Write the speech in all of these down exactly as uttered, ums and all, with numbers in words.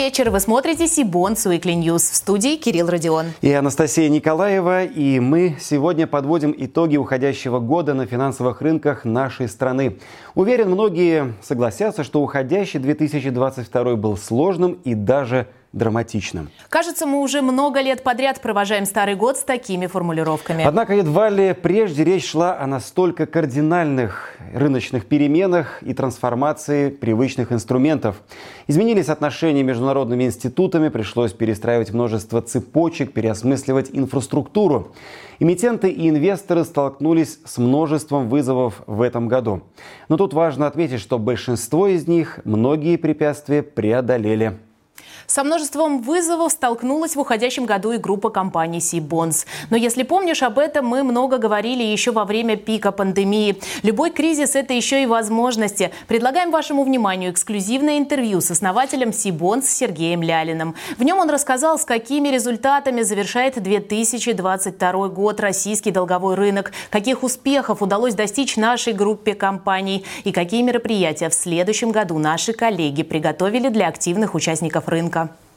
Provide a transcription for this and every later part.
вечер. Вы смотрите Сибонс Weekly News. В студии Кирилл Родион. И Анастасия Николаева. И мы сегодня подводим итоги уходящего года на финансовых рынках нашей страны. Уверен, многие согласятся, что уходящий две тысячи двадцать второй был сложным и даже драматичным. Кажется, мы уже много лет подряд провожаем старый год с такими формулировками. Однако едва ли прежде речь шла о настолько кардинальных рыночных переменах и трансформации привычных инструментов. Изменились отношения между международными институтами, пришлось перестраивать множество цепочек, переосмысливать инфраструктуру. Эмитенты и инвесторы столкнулись с множеством вызовов в этом году. Но тут важно отметить, что большинство из них многие препятствия преодолели. Со множеством вызовов столкнулась в уходящем году и группа компаний Сибонс. Но если помнишь, об этом мы много говорили еще во время пика пандемии. Любой кризис – это еще и возможности. Предлагаем вашему вниманию эксклюзивное интервью с основателем Сибонс Сергеем Лялиным. В нем он рассказал, с какими результатами завершает две тысячи двадцать второй год российский долговой рынок, каких успехов удалось достичь нашей группе компаний и какие мероприятия в следующем году наши коллеги приготовили для активных участников рынка.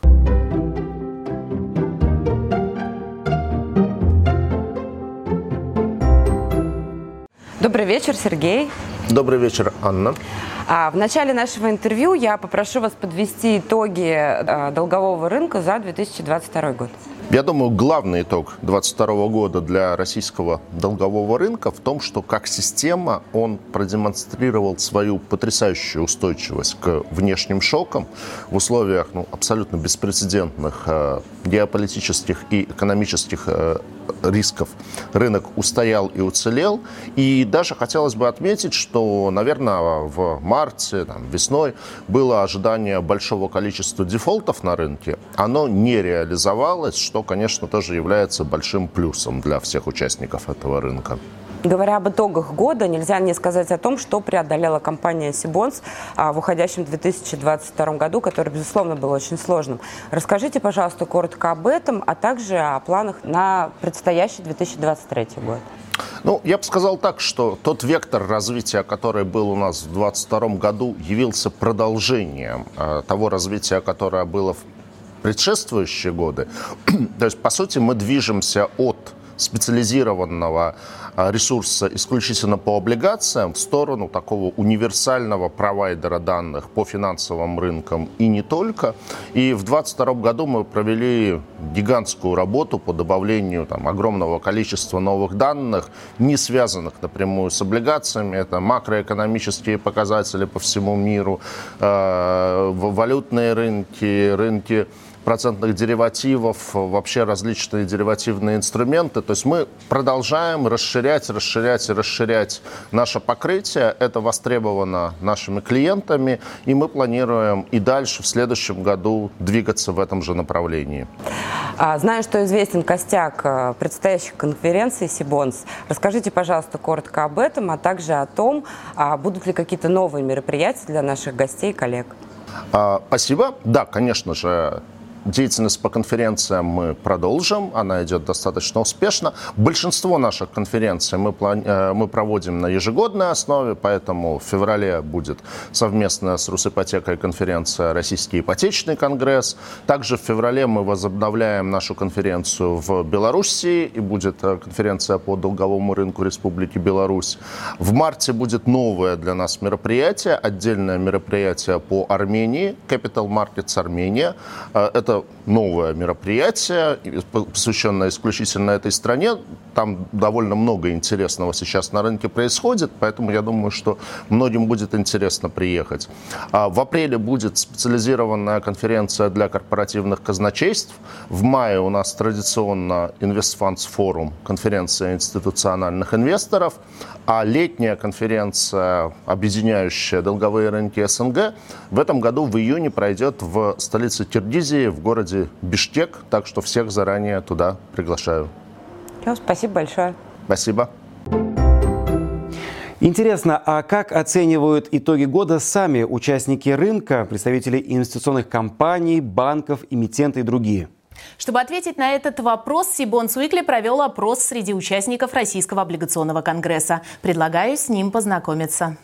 Добрый вечер, Сергей. Добрый вечер, Анна. А, в начале нашего интервью я попрошу вас подвести итоги а, долгового рынка за две тысячи двадцать второй год. Я думаю, главный итог две тысячи двадцать второго года для российского долгового рынка в том, что как система он продемонстрировал свою потрясающую устойчивость к внешним шокам в условиях ну, абсолютно беспрецедентных э, геополитических и экономических э, рисков. Рынок устоял и уцелел. И даже хотелось бы отметить, что, наверное, в марте, там, весной было ожидание большого количества дефолтов на рынке. Оно не реализовалось, что, конечно, тоже является большим плюсом для всех участников этого рынка. Говоря об итогах года, нельзя не сказать о том, что преодолела компания Сибонс в уходящем две тысячи двадцать втором году, который, безусловно, был очень сложным. Расскажите, пожалуйста, коротко об этом, а также о планах на предстоящий две тысячи двадцать третий год. Ну, я бы сказал так, что тот вектор развития, который был у нас в две тысячи двадцать втором году, явился продолжением э, того развития, которое было в предшествующие годы. То есть, по сути, мы движемся от специализированного ресурса исключительно по облигациям в сторону такого универсального провайдера данных по финансовым рынкам и не только. И в две тысячи двадцать втором году мы провели гигантскую работу по добавлению там, огромного количества новых данных, не связанных напрямую с облигациями. Это макроэкономические показатели по всему миру, э, валютные рынки, рынки процентных деривативов, вообще различные деривативные инструменты. То есть мы продолжаем расширять, расширять и расширять наше покрытие. Это востребовано нашими клиентами, и мы планируем и дальше в следующем году двигаться в этом же направлении. Знаю, что известен костяк предстоящих конференций Сибонс. Расскажите, пожалуйста, коротко об этом, а также о том, будут ли какие-то новые мероприятия для наших гостей и коллег. Спасибо. Да, конечно же. Деятельность по конференциям мы продолжим, она идет достаточно успешно. Большинство наших конференций мы, плани- мы проводим на ежегодной основе, поэтому в феврале будет совместная с Русипотекой конференция «Российский ипотечный конгресс». Также в феврале мы возобновляем нашу конференцию в Белоруссии, и будет конференция по долговому рынку Республики Беларусь. В марте будет новое для нас мероприятие, отдельное мероприятие по Армении, Capital Markets Армения. Это новое мероприятие, посвященное исключительно этой стране. Там довольно много интересного сейчас на рынке происходит, поэтому я думаю, что многим будет интересно приехать. В апреле будет специализированная конференция для корпоративных казначейств. В мае у нас традиционно InvestFunds Forum, конференция институциональных инвесторов. А летняя конференция, объединяющая долговые рынки СНГ, в этом году в июне пройдет в столице Киргизии, в городе Бишкек, так что всех заранее туда приглашаю. Спасибо большое. Спасибо. Интересно, а как оценивают итоги года сами участники рынка, представители инвестиционных компаний, банков, эмитенты и другие? Чтобы ответить на этот вопрос, Сибонс Weekly провел опрос среди участников Российского облигационного конгресса. Предлагаю с ним познакомиться.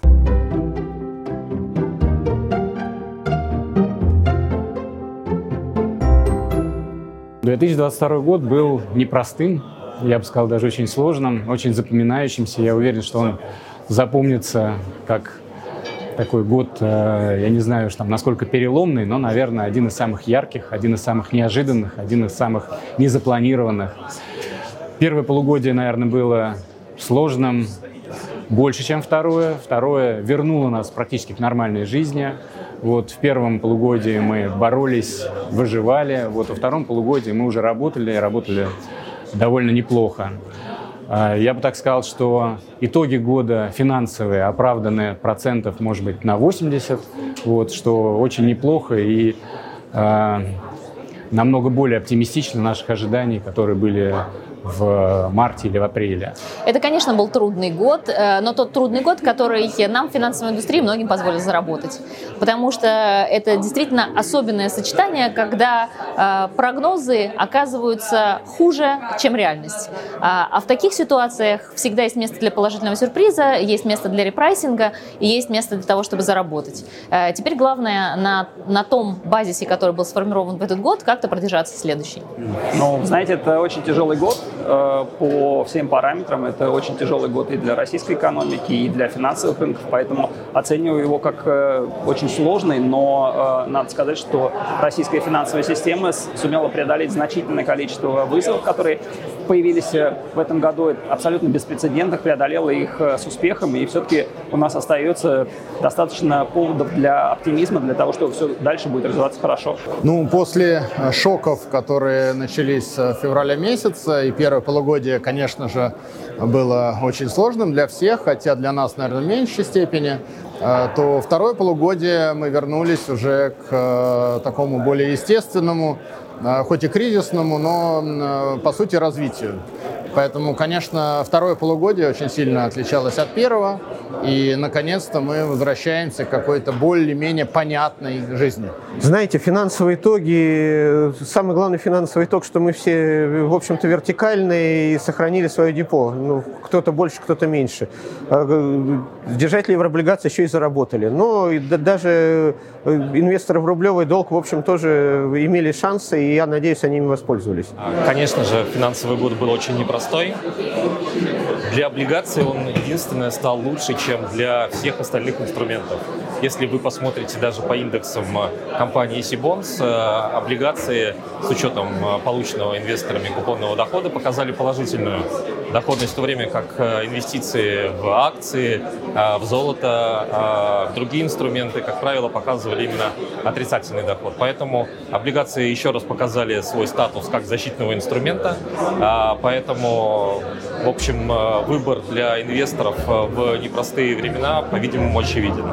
две тысячи двадцать второй год был непростым, я бы сказал, даже очень сложным, очень запоминающимся. Я уверен, что он запомнится как такой год, я не знаю, что там, насколько переломный, но, наверное, один из самых ярких, один из самых неожиданных, один из самых незапланированных. Первое полугодие, наверное, было сложным больше, чем второе. Второе вернуло нас практически к нормальной жизни. Вот в первом полугодии мы боролись, выживали. Вот во втором полугодии мы уже работали, работали довольно неплохо. Я бы так сказал, что итоги года финансовые оправданы процентов, может быть, на восемьдесят, вот, что очень неплохо и э, намного более оптимистично наших ожиданий, которые были в марте или в апреле. Это, конечно, был трудный год, но тот трудный год, который нам, финансовой индустрии, многим позволил заработать. Потому что это действительно особенное сочетание, когда э, прогнозы оказываются хуже, чем реальность. А, а в таких ситуациях всегда есть место для положительного сюрприза, есть место для репрайсинга и есть место для того, чтобы заработать. Э, теперь главное на, на том базисе, который был сформирован в этот год, как-то продержаться в следующий. Ну, знаете, это очень тяжелый год. По всем параметрам это очень тяжелый год и для российской экономики, и для финансовых рынков, поэтому оцениваю его как очень сложный, но надо сказать, что российская финансовая система сумела преодолеть значительное количество вызовов, которые появились в этом году, абсолютно беспрецедентных, преодолела их с успехом, и все-таки у нас остается достаточно поводов для оптимизма, для того, чтобы все дальше будет развиваться хорошо. Ну, после шоков, которые начались с февраля месяца, и первое полугодие, конечно же, было очень сложным для всех, хотя для нас, наверное, в меньшей степени, то второе полугодие мы вернулись уже к такому более естественному, хоть и кризисному, но, по сути, развитию. Поэтому, конечно, второе полугодие очень сильно отличалось от первого, и, наконец-то, мы возвращаемся к какой-то более-менее понятной жизни. Знаете, финансовые итоги, самый главный финансовый итог, что мы все, в общем-то, вертикальные и сохранили свое депо. Ну, кто-то больше, кто-то меньше. Держатели еврооблигаций еще и заработали. Но даже инвесторы в рублевый долг, в общем, тоже имели шансы, и я надеюсь, они ими воспользовались. Конечно же, финансовый год был очень непростой. Для облигаций он единственное стал лучше, чем для всех остальных инструментов. Если вы посмотрите даже по индексам компании Сибонс, облигации с учетом полученного инвесторами купонного дохода показали положительную доходность, в то время как инвестиции в акции, в золото, в другие инструменты, как правило, показывали именно отрицательный доход. Поэтому облигации еще раз показали свой статус как защитного инструмента. Поэтому, в общем, выбор для инвесторов в непростые времена, по-видимому, очевиден.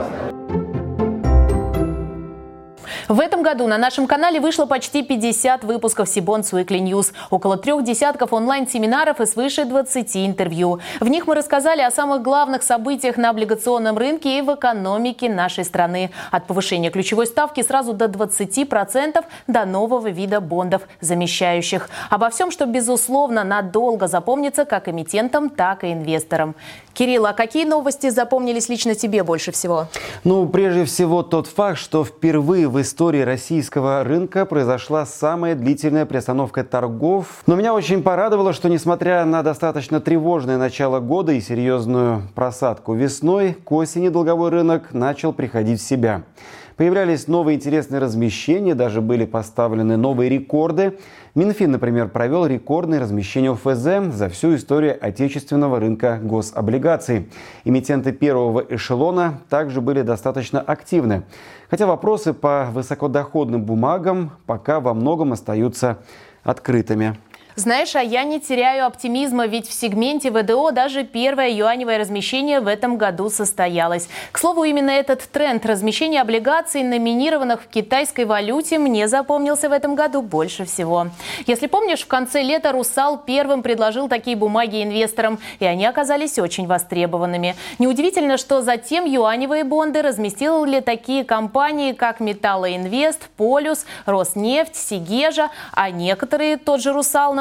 В этом году на нашем канале вышло почти пятьдесят выпусков Сибонс Weekly News, около трех десятков онлайн-семинаров и свыше двадцати интервью. В них мы рассказали о самых главных событиях на облигационном рынке и в экономике нашей страны. От повышения ключевой ставки сразу до двадцати процентов до нового вида бондов замещающих. Обо всем, что, безусловно, надолго запомнится как эмитентам, так и инвесторам. Кирилл, а какие новости запомнились лично тебе больше всего? Ну, прежде всего, тот факт, что впервые в истории В истории российского рынка произошла самая длительная приостановка торгов. Но меня очень порадовало, что несмотря на достаточно тревожное начало года и серьезную просадку весной, к осени долговой рынок начал приходить в себя. Появлялись новые интересные размещения, даже были поставлены новые рекорды. Минфин, например, провел рекордное размещение ОФЗ за всю историю отечественного рынка гособлигаций. Эмитенты первого эшелона также были достаточно активны. Хотя вопросы по высокодоходным бумагам пока во многом остаются открытыми. Знаешь, а я не теряю оптимизма, ведь в сегменте ВДО даже первое юаневое размещение в этом году состоялось. К слову, именно этот тренд размещения облигаций, номинированных в китайской валюте, мне запомнился в этом году больше всего. Если помнишь, в конце лета «Русал» первым предложил такие бумаги инвесторам, и они оказались очень востребованными. Неудивительно, что затем юаневые бонды разместили такие компании, как «Металлоинвест», «Полюс», «Роснефть», «Сигежа», а некоторые, тот же «Русал», например,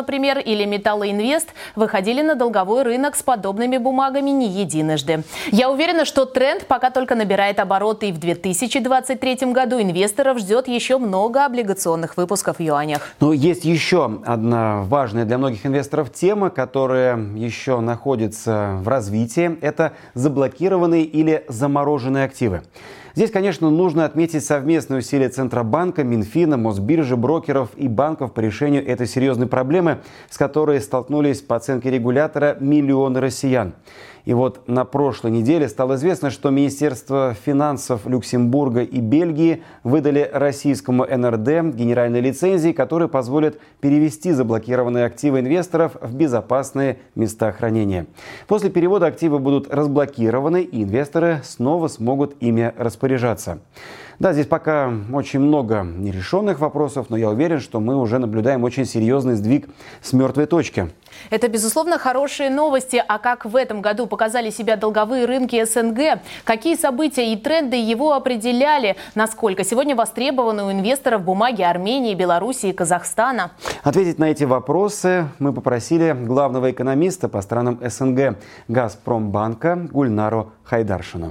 например, или Металлоинвест выходили на долговой рынок с подобными бумагами не единожды. Я уверена, что тренд пока только набирает обороты, и в две тысячи двадцать третьем году инвесторов ждет еще много облигационных выпусков в юанях. Но есть еще одна важная для многих инвесторов тема, которая еще находится в развитии. Это заблокированные или замороженные активы. Здесь, конечно, нужно отметить совместные усилия Центробанка, Минфина, Мосбиржи, брокеров и банков по решению этой серьезной проблемы, с которой столкнулись по оценке регулятора миллионы россиян. И вот на прошлой неделе стало известно, что Министерство финансов Люксембурга и Бельгии выдали российскому эн эр дэ генеральные лицензии, которые позволят перевести заблокированные активы инвесторов в безопасные места хранения. После перевода активы будут разблокированы, и инвесторы снова смогут ими распоряжаться. Да, здесь пока очень много нерешенных вопросов, но я уверен, что мы уже наблюдаем очень серьезный сдвиг с мертвой точки. Это, безусловно, хорошие новости. А как в этом году показали себя долговые рынки эс эн гэ? Какие события и тренды его определяли? Насколько сегодня востребованы у инвесторов бумаги Армении, Белоруссии и Казахстана? Ответить на эти вопросы мы попросили главного экономиста по странам эс эн гэ Газпромбанка Гульнару Хайдаршину.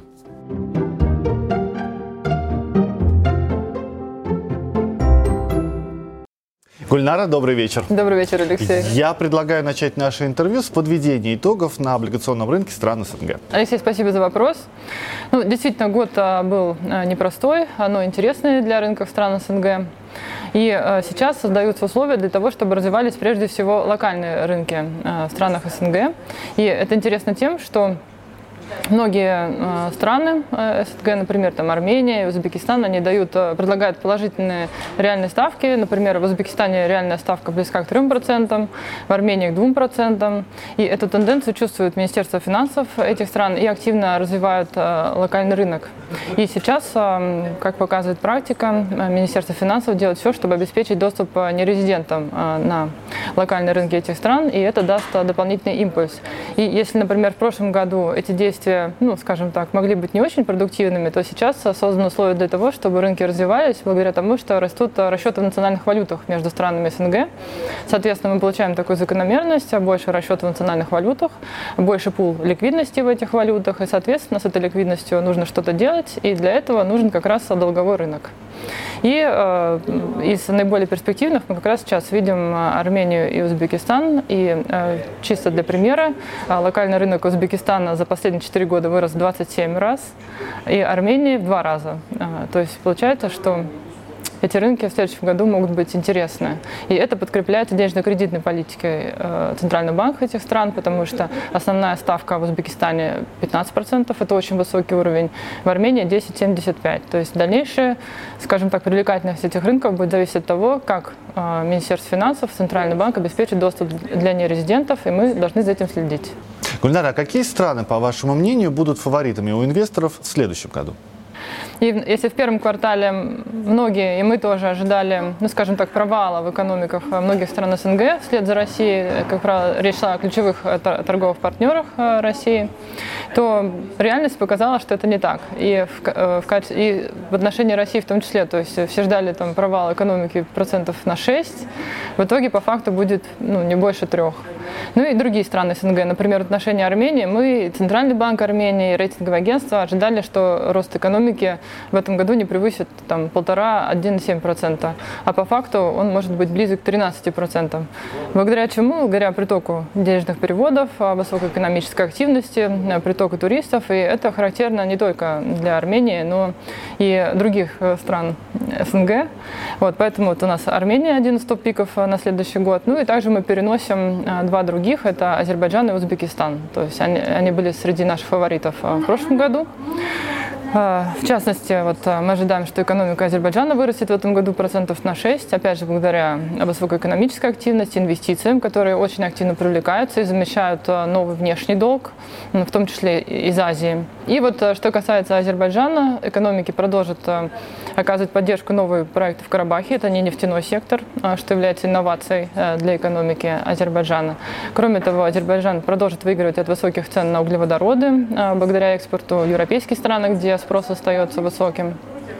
Гульнара, добрый вечер. Добрый вечер, Алексей. Я предлагаю начать наше интервью с подведения итогов на облигационном рынке стран эс эн гэ. Алексей, спасибо за вопрос. Ну, действительно, год был непростой, но интересный для рынков стран эс эн гэ. И сейчас создаются условия для того, чтобы развивались прежде всего локальные рынки в странах эс эн гэ. И это интересно тем, что многие э, страны э, эс эн гэ, например, там Армения, Узбекистан, они дают, э, предлагают положительные реальные ставки. Например, в Узбекистане реальная ставка близка к трем процентам, в Армении к двум процентам. И эту тенденцию чувствует Министерство финансов этих стран и активно развивают э, локальный рынок. И сейчас, э, как показывает практика, э, Министерство финансов делает все, чтобы обеспечить доступ нерезидентам э, на локальные рынки этих стран, и это даст э, дополнительный импульс. И если, например, в прошлом году эти действия, ну, скажем так, могли быть не очень продуктивными, то сейчас созданы условия для того, чтобы рынки развивались благодаря тому, что растут расчеты в национальных валютах между странами эс эн гэ. Соответственно, мы получаем такую закономерность, больше расчетов в национальных валютах, больше пул ликвидности в этих валютах, и, соответственно, с этой ликвидностью нужно что-то делать, и для этого нужен как раз долговой рынок. И э, из наиболее перспективных мы как раз сейчас видим Армению и Узбекистан. И э, чисто для примера, локальный рынок Узбекистана за последние четыре года вырос в двадцать семь раз, и Армении в два раза. Э, то есть получается, что эти рынки в следующем году могут быть интересны. И это подкрепляется денежно-кредитной политикой э, Центрального банка этих стран, потому что основная ставка в Узбекистане пятнадцать процентов, это очень высокий уровень, в Армении десять целых семьдесят пять процентов. То есть дальнейшая, скажем так, привлекательность этих рынков будет зависеть от того, как э, Министерство финансов, Центральный банк обеспечит доступ для нерезидентов, и мы должны за этим следить. Гульнара, а какие страны, по вашему мнению, будут фаворитами у инвесторов в следующем году? И если в первом квартале многие, и мы тоже ожидали, ну, скажем так, провала в экономиках многих стран эс эн гэ вслед за Россией, как правило, речь шла о ключевых торговых партнерах России, то реальность показала, что это не так. И в, в, и в отношении России в том числе, то есть все ждали там провал экономики процентов на шесть, в итоге по факту будет, ну, не больше трех. Ну и другие страны эс эн гэ, например, в отношении Армении, мы, Центральный банк Армении, рейтинговое агентство ожидали, что рост экономики в этом году не превысит там полтора-один целых семь десятых процента, а по факту он может быть близок к тринадцати процентам. Благодаря чему? Благодаря притоку денежных переводов, высокой экономической активности, притоку туристов, и это характерно не только для Армении, но и других стран эс эн гэ. Вот, поэтому вот у нас Армения один из топ-пиков на следующий год. Ну и также мы переносим два других, это Азербайджан и Узбекистан. То есть они, они были среди наших фаворитов в прошлом году. В частности, вот мы ожидаем, что экономика Азербайджана вырастет в этом году процентов на шесть, опять же, благодаря высокой экономической активности, инвестициям, которые очень активно привлекаются и замещают новый внешний долг, в том числе из Азии. И вот что касается Азербайджана, экономики продолжат оказывать поддержку новых проектов в Карабахе, это не нефтяной сектор, что является инновацией для экономики Азербайджана. Кроме того, Азербайджан продолжит выигрывать от высоких цен на углеводороды благодаря экспорту в европейские страны, где спрос остается высоким.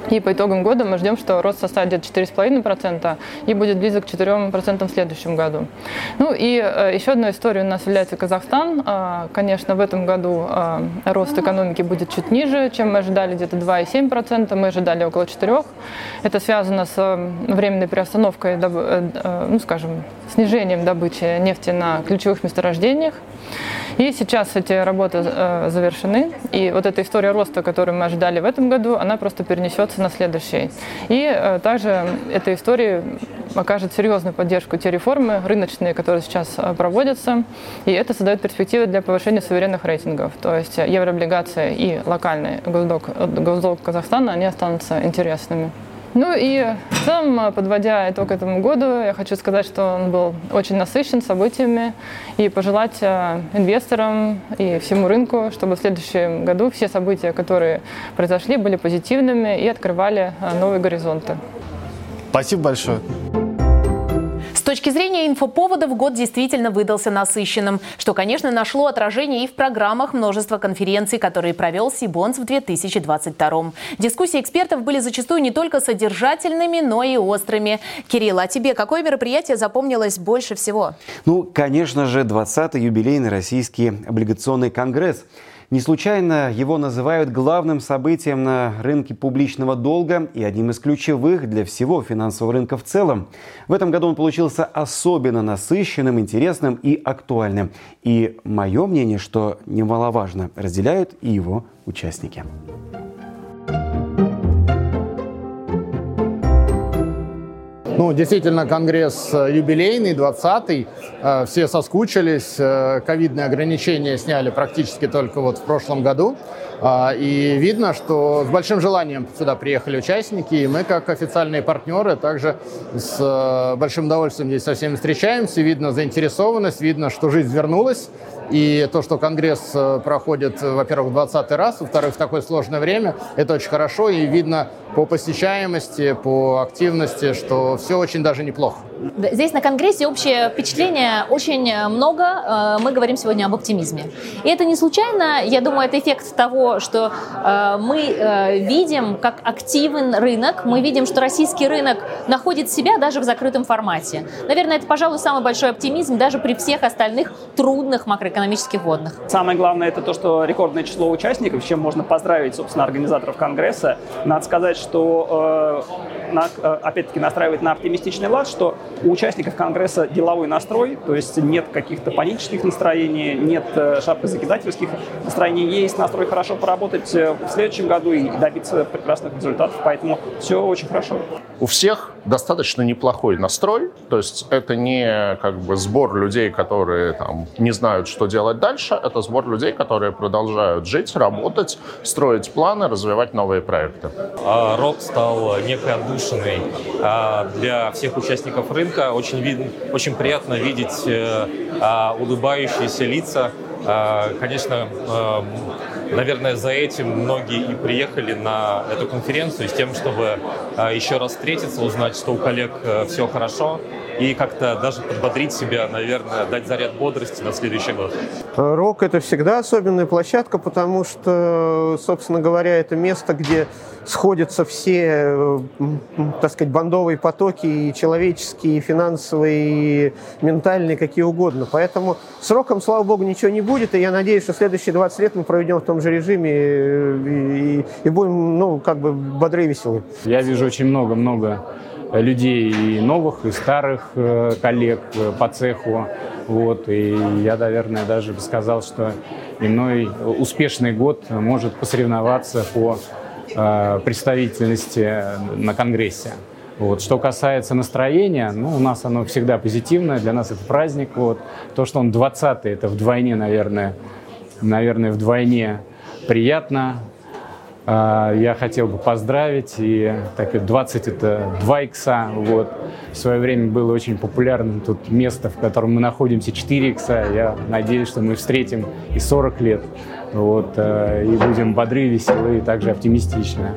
И по итогам года мы ждем, что рост составит где-то четыре целых пять десятых процента и будет близок к четырем процентам в следующем году. Ну и э, еще одной историей у нас является Казахстан. Э, конечно, в этом году э, рост экономики будет чуть ниже, чем мы ожидали, где-то два целых семь десятых процента, мы ожидали около четырёх процентов. Это связано с э, временной приостановкой, доб... э, э, ну скажем, снижением добычи нефти на ключевых месторождениях. И сейчас эти работы э, завершены, и вот эта история роста, которую мы ожидали в этом году, она просто перенесется на следующий. И э, также эта история окажет серьезную поддержку те реформы рыночные, которые сейчас э, проводятся, и это создает перспективы для повышения суверенных рейтингов. То есть еврооблигации и локальный госдолг, госдолг Казахстана, они останутся интересными. Ну и в целом, подводя итог этому году, я хочу сказать, что он был очень насыщен событиями, и пожелать инвесторам и всему рынку, чтобы в следующем году все события, которые произошли, были позитивными и открывали новые горизонты. Спасибо большое. С точки зрения инфоповодов, год действительно выдался насыщенным, что, конечно, нашло отражение и в программах множества конференций, которые провел Сибонс в две тысячи двадцать втором. Дискуссии экспертов были зачастую не только содержательными, но и острыми. Кирилл, а тебе какое мероприятие запомнилось больше всего? Ну, конечно же, двадцатый юбилейный Российский облигационный конгресс. Не случайно его называют главным событием на рынке публичного долга и одним из ключевых для всего финансового рынка в целом. В этом году он получился особенно насыщенным, интересным и актуальным. И мое мнение, что немаловажно, разделяют и его участники. Ну, действительно, конгресс юбилейный, двадцатый. Все соскучились. Ковидные ограничения сняли практически только вот в прошлом году. И видно, что с большим желанием сюда приехали участники. И мы, как официальные партнеры, также с большим удовольствием здесь со всеми встречаемся. Видно заинтересованность, видно, что жизнь вернулась. И то, что конгресс проходит, во-первых, двадцатый раз, во-вторых, в такое сложное время, это очень хорошо. И видно по посещаемости, по активности, что все очень даже неплохо. Здесь на конгрессе общее впечатление очень много. Мы говорим сегодня об оптимизме. И это не случайно. Я думаю, это эффект того, что мы видим, как активен рынок. Мы видим, что российский рынок находит себя даже в закрытом формате. Наверное, это, пожалуй, самый большой оптимизм даже при всех остальных трудных макроэкономических вводных. Самое главное, это то, что рекордное число участников, с чем можно поздравить, собственно, организаторов конгресса. Надо сказать, что, э, на, э, опять-таки, настраивает на оптимистичный лад, что у участников конгресса деловой настрой, то есть нет каких-то панических настроений, нет э, шапкозакидательских настроений, есть настрой хорошо поработать в следующем году и добиться прекрасных результатов, поэтому все очень хорошо. У всех достаточно неплохой настрой, то есть это не как бы сбор людей, которые там не знают, что делать дальше, это сбор людей, которые продолжают жить, работать, строить планы, развивать новые проекты. Рок стал некой отдушиной для всех участников рынка. Очень, вид... очень приятно видеть улыбающиеся лица. Конечно, наверное, за этим многие и приехали на эту конференцию с тем, чтобы еще раз встретиться, узнать, что у коллег все хорошо, и как-то даже подбодрить себя, наверное, дать заряд бодрости на следующий год. Рок – это всегда особенная площадка, потому что, собственно говоря, это место, где сходятся все, так сказать, бандовые потоки, и человеческие, и финансовые, и ментальные, какие угодно. Поэтому с роком, слава богу, ничего не будет, и я надеюсь, что следующие двадцать лет мы проведем в том же режиме и, и, и будем, ну, как бы бодры и веселы. Я вижу очень много-много людей и новых, и старых э, коллег э, по цеху. Вот, и я, наверное, даже бы сказал, что иной успешный год может посоревноваться по э, представительности на конгрессе. Вот. Что касается настроения, ну, у нас оно всегда позитивное, для нас это праздник. Вот. То, что он двадцатый, это вдвойне, наверное, наверное, вдвойне приятно. Я хотел бы поздравить, и так двадцать это два икса, вот. В свое время было очень популярным тут место, в котором мы находимся, четыре икса. Я надеюсь, что мы встретим и сорок лет, вот, и будем бодры, веселы и также оптимистичны.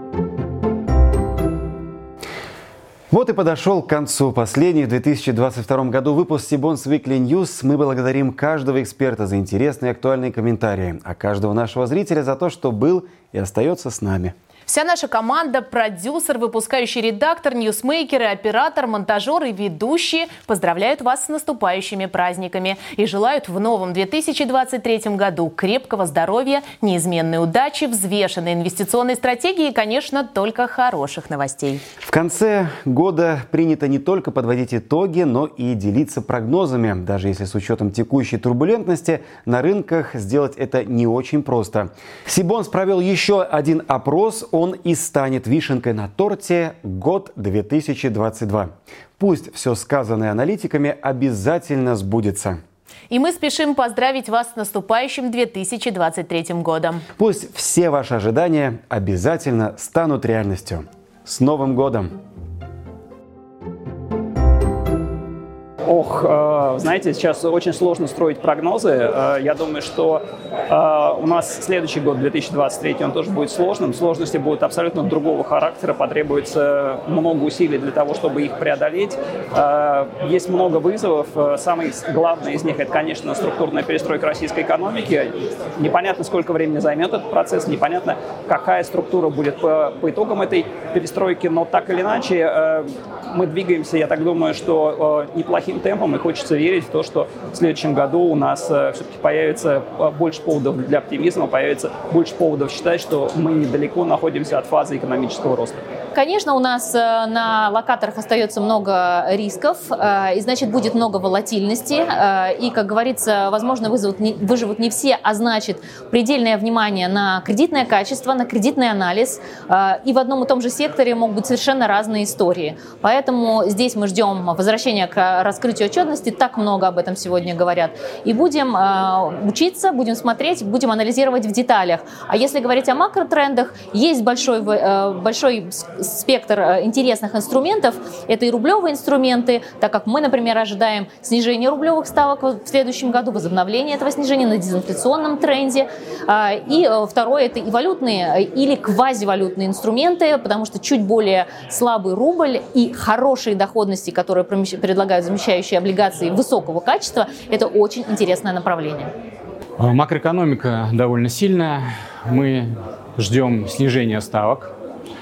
Вот и подошел к концу последний в две тысячи двадцать втором году выпуск Сибонс Weekly News. Мы благодарим каждого эксперта за интересные и актуальные комментарии, а каждого нашего зрителя за то, что был и остается с нами. Вся наша команда, продюсер, выпускающий редактор, ньюсмейкеры, оператор, монтажер и ведущие поздравляют вас с наступающими праздниками и желают в новом две тысячи двадцать третьем году крепкого здоровья, неизменной удачи, взвешенной инвестиционной стратегии и, конечно, только хороших новостей. В конце года принято не только подводить итоги, но и делиться прогнозами. Даже если с учетом текущей турбулентности на рынках сделать это не очень просто. Сибонс провел еще один опрос. Он и станет вишенкой на торте год две тысячи двадцать два. Пусть все сказанное аналитиками обязательно сбудется. И мы спешим поздравить вас с наступающим две тысячи двадцать третьим годом. Пусть все ваши ожидания обязательно станут реальностью. С Новым годом! Ох, э, знаете, сейчас очень сложно строить прогнозы. Э, я думаю, что э, у нас следующий год, две тысячи двадцать третий, он тоже будет сложным. Сложности будут абсолютно другого характера, потребуется много усилий для того, чтобы их преодолеть. Э, есть много вызовов. Самый главный из них – это, конечно, структурная перестройка российской экономики. Непонятно, сколько времени займет этот процесс, непонятно, какая структура будет по, по итогам этой перестройки, но так или иначе э, мы двигаемся, я так думаю, что э, неплохим темпом, и хочется верить в то, что в следующем году у нас э, все-таки появится больше поводов для оптимизма, появится больше поводов считать, что мы недалеко находимся от фазы экономического роста. Конечно, у нас на локаторах остается много рисков, и, значит, будет много волатильности. И, как говорится, возможно, вызовут не, выживут не все, а значит, предельное внимание на кредитное качество, на кредитный анализ. И в одном и том же секторе могут быть совершенно разные истории. Поэтому здесь мы ждем возвращения к раскрытию отчетности. Так много об этом сегодня говорят. И будем учиться, будем смотреть, будем анализировать в деталях. А если говорить о макротрендах, есть большой, большой спектр интересных инструментов. Это и рублевые инструменты, так как мы, например, ожидаем снижения рублевых ставок в следующем году, возобновления этого снижения на дезинфляционном тренде. И второе – это и валютные или квазивалютные инструменты, потому что чуть более слабый рубль и хорошие доходности, которые предлагают замещающие облигации высокого качества, это очень интересное направление. Макроэкономика довольно сильная. Мы ждем снижения ставок.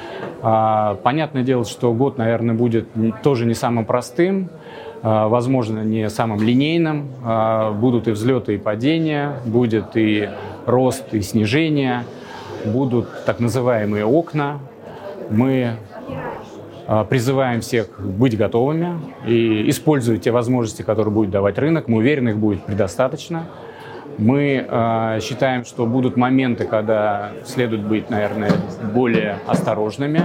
Понятное дело, что год, наверное, будет тоже не самым простым, возможно, не самым линейным. Будут и взлеты, и падения, будет и рост, и снижение, будут так называемые окна. Мы призываем всех быть готовыми и использовать те возможности, которые будет давать рынок. Мы уверены, их будет предостаточно. Мы э, считаем, что будут моменты, когда следует быть, наверное, более осторожными.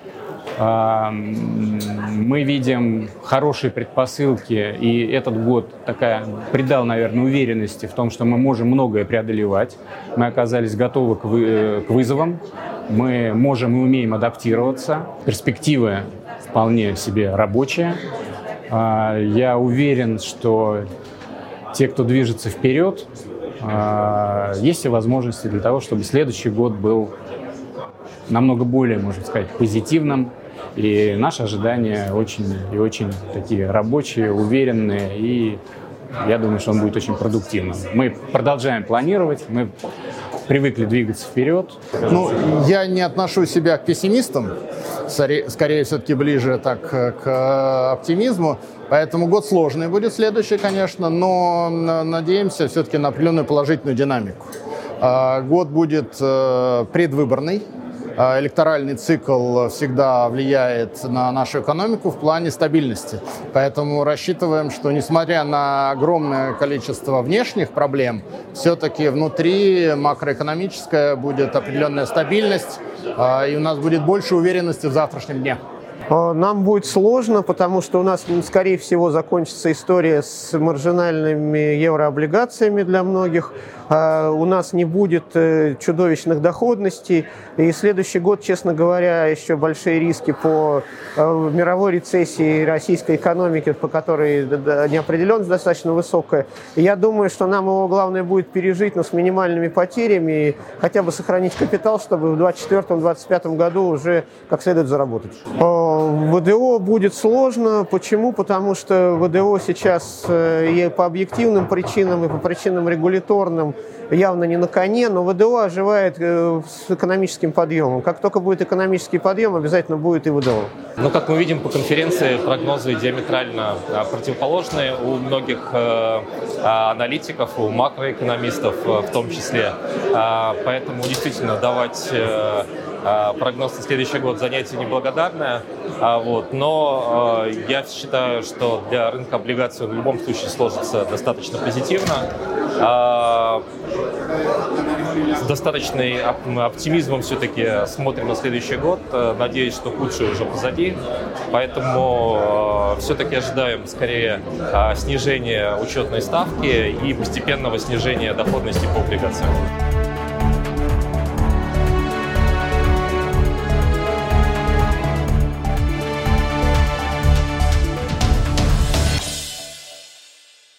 Э, мы видим хорошие предпосылки, и этот год такая, придал, наверное, уверенности в том, что мы можем многое преодолевать. Мы оказались готовы к, вы, к вызовам, мы можем и умеем адаптироваться. Перспективы вполне себе рабочие. Э, я уверен, что те, кто движется вперед, есть и возможности для того, чтобы следующий год был намного более, можно сказать, позитивным. И наши ожидания очень и очень такие рабочие, уверенные. И я думаю, что он будет очень продуктивным. Мы продолжаем планировать, мы привыкли двигаться вперед. Ну, я не отношу себя к пессимистам, скорее все-таки ближе так к оптимизму. Поэтому год сложный будет следующий, конечно, но надеемся все-таки на определенную положительную динамику. Год будет предвыборный. Электоральный цикл всегда влияет на нашу экономику в плане стабильности. Поэтому рассчитываем, что несмотря на огромное количество внешних проблем, все-таки внутри макроэкономическая будет определенная стабильность, и у нас будет больше уверенности в завтрашнем дне. Нам будет сложно, потому что у нас, скорее всего, закончится история с маржинальными еврооблигациями для многих. У нас не будет чудовищных доходностей. И следующий год, честно говоря, еще большие риски по мировой рецессии российской экономики, по которой неопределенность достаточно высокая. И я думаю, что нам его главное будет пережить, но с минимальными потерями, и хотя бы сохранить капитал, чтобы в двадцать четвёртом — двадцать пятом году уже как следует заработать. ВДО будет сложно. Почему? Потому что ВДО сейчас и по объективным причинам, и по причинам регуляторным явно не на коне, но ВДО оживает с экономическим подъемом. Как только будет экономический подъем, обязательно будет и ВДО. Ну, как мы видим по конференции, прогнозы диаметрально противоположные у многих э, аналитиков, у макроэкономистов в том числе. Поэтому действительно давать э, прогноз на следующий год занятие неблагодарное. Вот. Но э, я считаю, что для рынка облигаций в любом случае сложится достаточно позитивно. С достаточным оптимизмом все-таки смотрим на следующий год. Надеюсь, что худшее уже позади. Поэтому э, все-таки ожидаем скорее э, снижения учетной ставки и постепенного снижения доходности по облигациям.